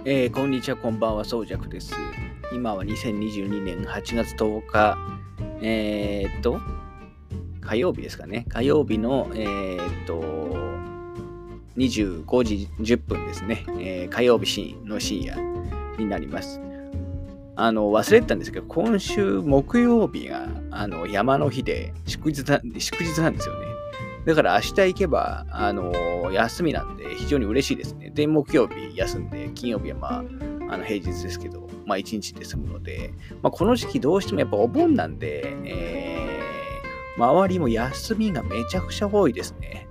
こんにちは、こんばんは、そうじゃくです。今は2022年8月10日、火曜日ですかね。火曜日の、25時10分ですね。火曜日の深夜になります。忘れてたんですけど、今週木曜日が山の日で祝日なんですよね。だから明日行けば、休みなんで非常に嬉しいですね。で、木曜日休んで、金曜日は平日ですけど、1日で済むので、この時期どうしてもやっぱお盆なんで、周りも休みがめちゃくちゃ多いですね。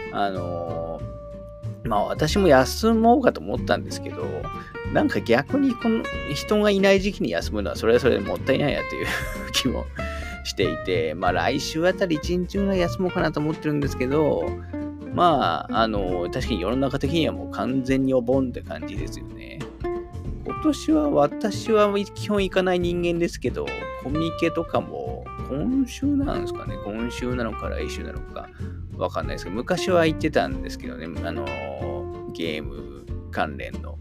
私も休もうかと思ったんですけど、なんか逆にこの人がいない時期に休むのはそれはそれでもったいないなという気もしていて、来週あたり1日ぐらい休もうかなと思ってるんですけど、確かに世の中的にはもう完全にお盆って感じですよね。今年は私は基本行かない人間ですけど、コミケとかも今週なんですかね。今週なのか来週なのかわかんないですけど、昔は行ってたんですけどね、ゲーム関連の、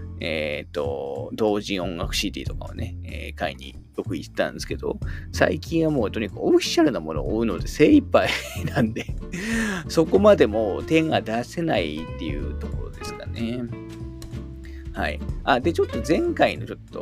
同人音楽 CD とかをね、買いによく行ったんですけど、最近はもうとにかくオフィシャルなものを追うので精一杯なんで、そこまでもう手が出せないっていうところですかね。はい。で、ちょっと前回の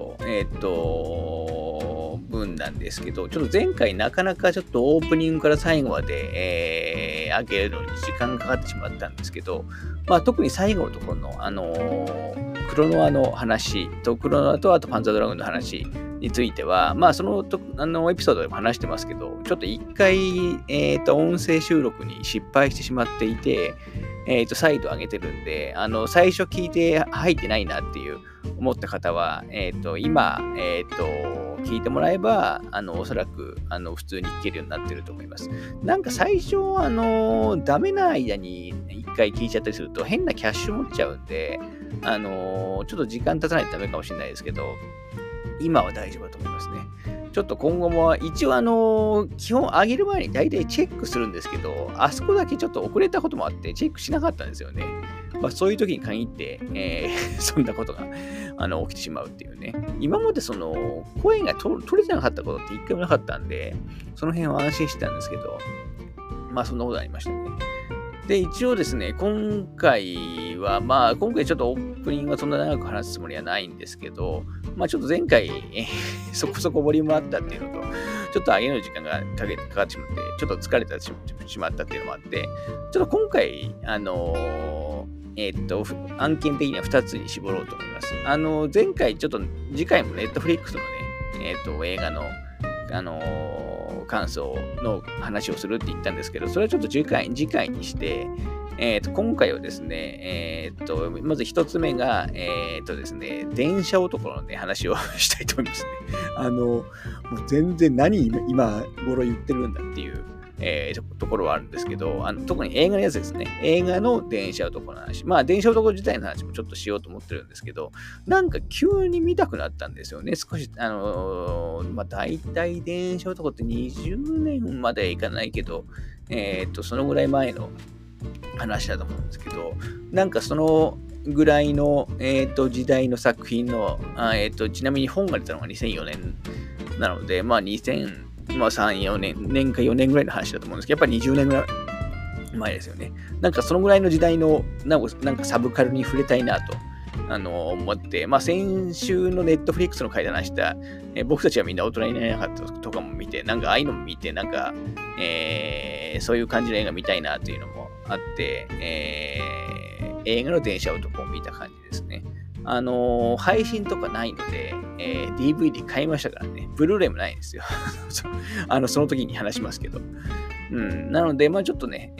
分なんですけど、ちょっと前回なかなかちょっとオープニングから最後まで、上げるのに時間がかかってしまったんですけど、特に最後のところの、クロノアの話と、クロノアとあとパンザードラゴンの話については、そのエピソードでも話してますけど、ちょっと一回、音声収録に失敗してしまっていて、再度上げてるんで、最初聞いて入ってないなっていう思った方は、今、聞いてもらえば、おそらく、普通に聞けるようになってると思います。なんか最初、ダメな間に一回聞いちゃったりすると変なキャッシュ持っちゃうんで、ちょっと時間経たないとダメかもしれないですけど、今は大丈夫だと思いますね。ちょっと今後も、一応基本上げる前に大体チェックするんですけど、あそこだけちょっと遅れたこともあって、チェックしなかったんですよね。そういう時に限って、そんなことが起きてしまうっていうね。今まで声が取れてなかったことって一回もなかったんで、その辺は安心してたんですけど、そんなことありましたね。で、一応ですね、今回は、今回ちょっとオープニングはそんな長く話すつもりはないんですけど、ちょっと前回、そこそこボリュームあったっていうのと、ちょっと上げる時間がかかってしまって、ちょっと疲れてしまったっていうのもあって、ちょっと今回、案件的には2つに絞ろうと思います。前回、ちょっと次回もNetflix のね、映画の、感想の話をするって言ったんですけど、それはちょっと次回にして、今回はですね、まず一つ目が、ですね、電車男のね、話をしたいと思いますね。もう全然何今頃言ってるんだっていう、ところはあるんですけど、特に映画のやつですね。映画の電車男の話。電車男自体の話もちょっとしようと思ってるんですけど、なんか急に見たくなったんですよね。少し、大体電車男って20年まではいかないけど、そのぐらい前の話だと思うんですけど、なんかそのぐらいの、時代の作品の、ちなみに本が出たのが2004年なので、3、4年か4年ぐらいの話だと思うんですけど、やっぱり20年ぐらい前ですよね。なんかそのぐらいの時代の、なんかサブカルに触れたいなと。思って、先週のネットフリックスの回で話した、僕たちはみんな大人になれなかったとかも見て、なんかああいうのも見て、なんか、そういう感じの映画見たいなというのもあって、映画の電車男を見た感じですね。配信とかないので、DVD 買いましたからね。ブルーレイもないんですよ。その時に話しますけど。なので、ちょっとね、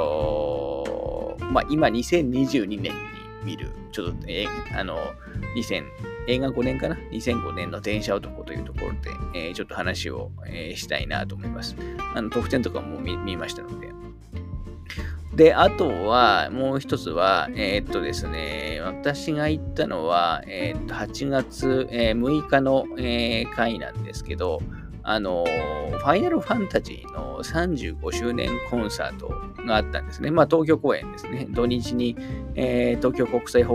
今2022年に見る、ちょっと、映画5年かな ?2005 年の電車男というところで、ちょっと話を、したいなと思います。特典とかも見ましたので。で、あとは、もう一つは、ですね、私が行ったのは、8月、6日の、回なんですけど、ファイナルファンタジーの35周年コンサートがあったんですね。東京公演ですね。土日に、東京国際フォーラム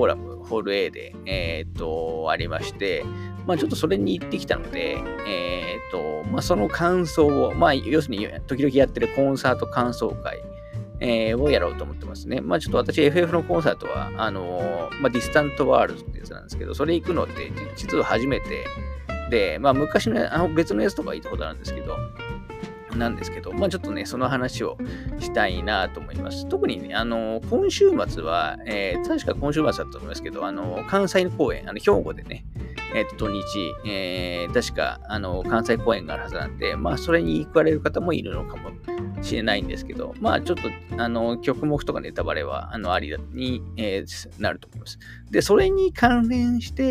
ホール A で、ありまして、まあちょっとそれに行ってきたので、まあその感想を、まあ要するに時々やってるコンサート感想会、をやろうと思ってますね。まあちょっと私 FF のコンサートは、まあディスタントワールドってやつなんですけど、それ行くのって実は初めてで、まあ昔の別のやつとか行ったことあるんですけど、まあちょっとね、その話をしたいなと思います。特にね、今週末は、確か今週末だったと思いますけど、関西の公演、兵庫でね、土日、確か、関西公演があるはずなんで、まあ、それに行かれる方もいるのかもしれないんですけど、まあ、ちょっと、曲目とかネタバレは、ありに、なると思います。で、それに関連して、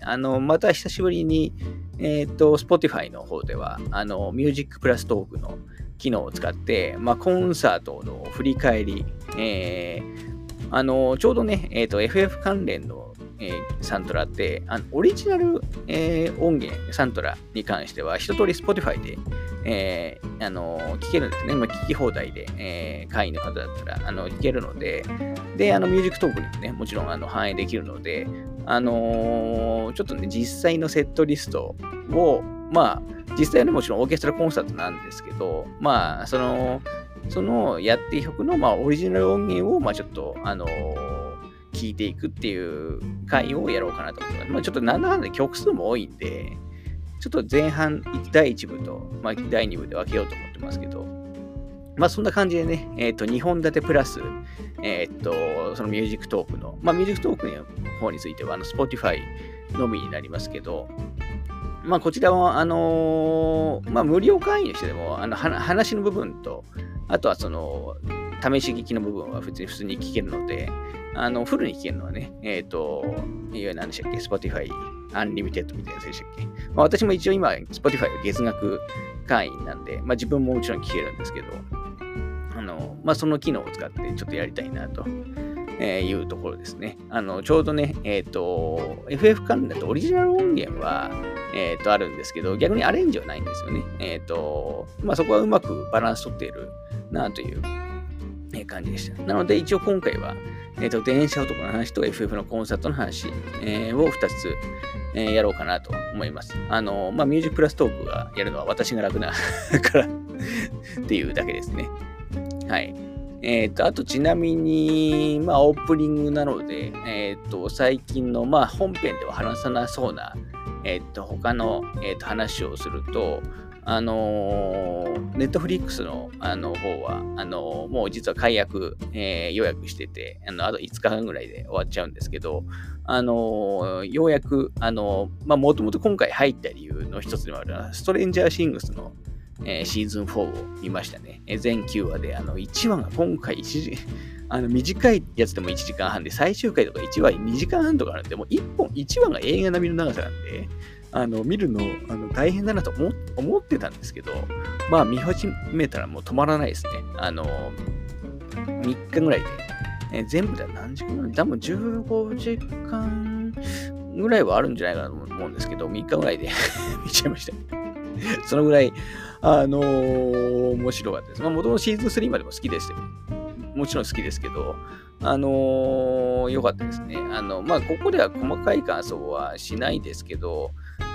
また久しぶりに、Spotify の方では、ミュージックプラストークの機能を使って、まあ、コンサートの振り返り、ちょうどね、FF 関連のサントラって、オリジナル、音源、サントラに関しては、一通り Spotify で、聞けるんですね。まあ、聞き放題で、会員の方だったら、聞けるので、で、ミュージックトークにもね、もちろん、反映できるので、ちょっとね、実際のセットリストを、まあ、実際はね、もちろんオーケストラコンサートなんですけど、まあ、そのやっている曲の、まあ、オリジナル音源を、まあ、ちょっと、聞いていくっていう回をやろうかなと思います。まあ、ちょっとなんだかんだ曲数も多いんで、ちょっと前半第1部と、まあ、第2部で分けようと思ってますけど、まあそんな感じでね、2本立てプラス、そのミュージックトークの、まあミュージックトークの方については、Spotify のみになりますけど、まあこちらは、まあ無料会員にしてでも、話の部分と、あとはその、試し聞きの部分は普通に聞けるので、フルに聞けるのはね、いわゆる何でしたっけ、Spotify Unlimited みたいなやつでしたっけ。まあ、私も一応今、Spotify は月額会員なんで、まあ自分ももちろん聞けるんですけど、まあその機能を使ってちょっとやりたいなと。いうところですね。ちょうどね、FF 関連だとオリジナル音源は、あるんですけど、逆にアレンジはないんですよね。まあそこはうまくバランス取っているなという感じでした。なので、一応今回は、電車男の話と FF のコンサートの話、を2つ、やろうかなと思います。まあ、ミュージックプラストークがやるのは私が楽なからっていうだけですね。はい。あとちなみに、まあ、オープニングなので、最近の、まあ、本編では話さなそうな、他の、話をすると、ネットフリックスの、方は、もう実は解約、予約してて、あと5日間ぐらいで終わっちゃうんですけど、ようやく、まあ、もともと今回入った理由の一つでもあるストレンジャーシングスの、シーズン4を見ましたね。全9話で、1話が今回短いやつでも1時間半で、最終回とか1話2時間半とかあるんで、もう1話が映画並みの長さなんで、見るの大変だなと思ってたんですけど、まあ見始めたらもう止まらないですね。3日ぐらいで、全部で何時間ぐらい多分15時間ぐらいはあるんじゃないかなと思うんですけど、3日ぐらいで見ちゃいました。そのぐらい、面白かったです。まあ、元々シーズン3までも好きでしたよ。もちろん好きですけど、良かったですね。まあ、ここでは細かい感想はしないですけど、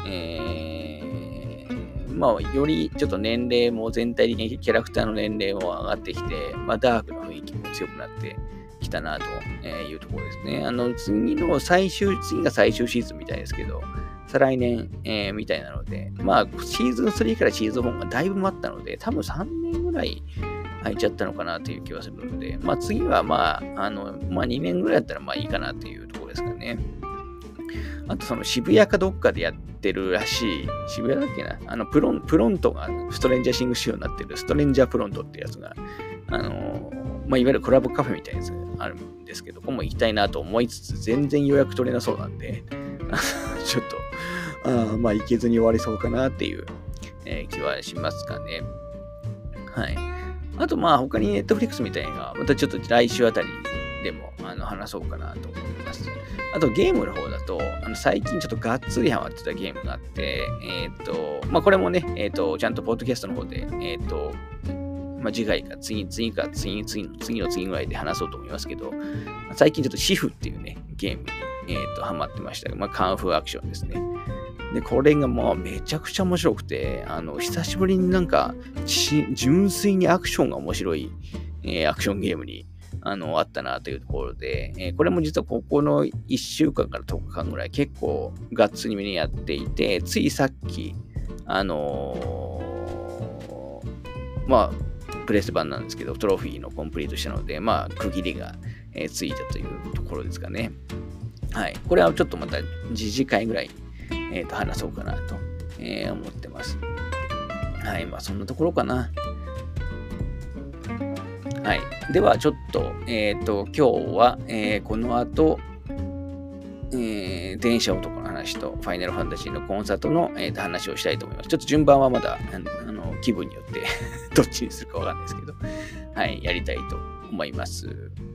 まあ、よりちょっと年齢も全体的にキャラクターの年齢も上がってきて、まあ、ダークの雰囲気も強くなってきたなというところですね。次が最終シーズンみたいですけど、再来年、みたいなので、まあ、シーズン3からシーズン4がだいぶ待ったので、多分3年ぐらい空いちゃったのかなという気はするので、まあ次はまあ、まあ2年ぐらいだったらまあいいかなというところですかね。あとその渋谷かどっかでやってるらしい、渋谷だっけな、プロントがストレンジャーシング仕様になってるストレンジャープロントってやつが、まあいわゆるコラボカフェみたいなやつがあるんですけど、ここも行きたいなと思いつつ、全然予約取れなそうなんで、ちょっと、まあ行けずに終わりそうかなっていう、気はしますかね。はい。あとまあ他に Netflix みたいなまたちょっと来週あたりでも話そうかなと思います。あとゲームの方だと最近ちょっとがっつりハマってたゲームがあって、まあこれもね、ちゃんとポッドキャストの方で、まあ次回か次の次ぐらいで話そうと思いますけど、最近ちょっとシフっていうね、ゲームにハマってました。まあ、カンフーアクションですね。で、これがもうめちゃくちゃ面白くて、久しぶりになんか、純粋にアクションが面白い、アクションゲームに、あったなというところで、これも実はここの1週間から10日間ぐらい結構がっつりめにやっていて、ついさっき、まあ、プレス版なんですけど、トロフィーのコンプリートしたので、まあ、区切りが、ついたというところですかね。はい。これはちょっとまた次次回ぐらいに、話そうかなと、思ってます。はい。まあ、そんなところかな。はい。では、ちょっと、今日は、この後、電車男の話とファイナルファンタジーのコンサートの、話をしたいと思います。ちょっと順番はまだ気分によってどっちにするかわかんないですけど、はい、やりたいと思います。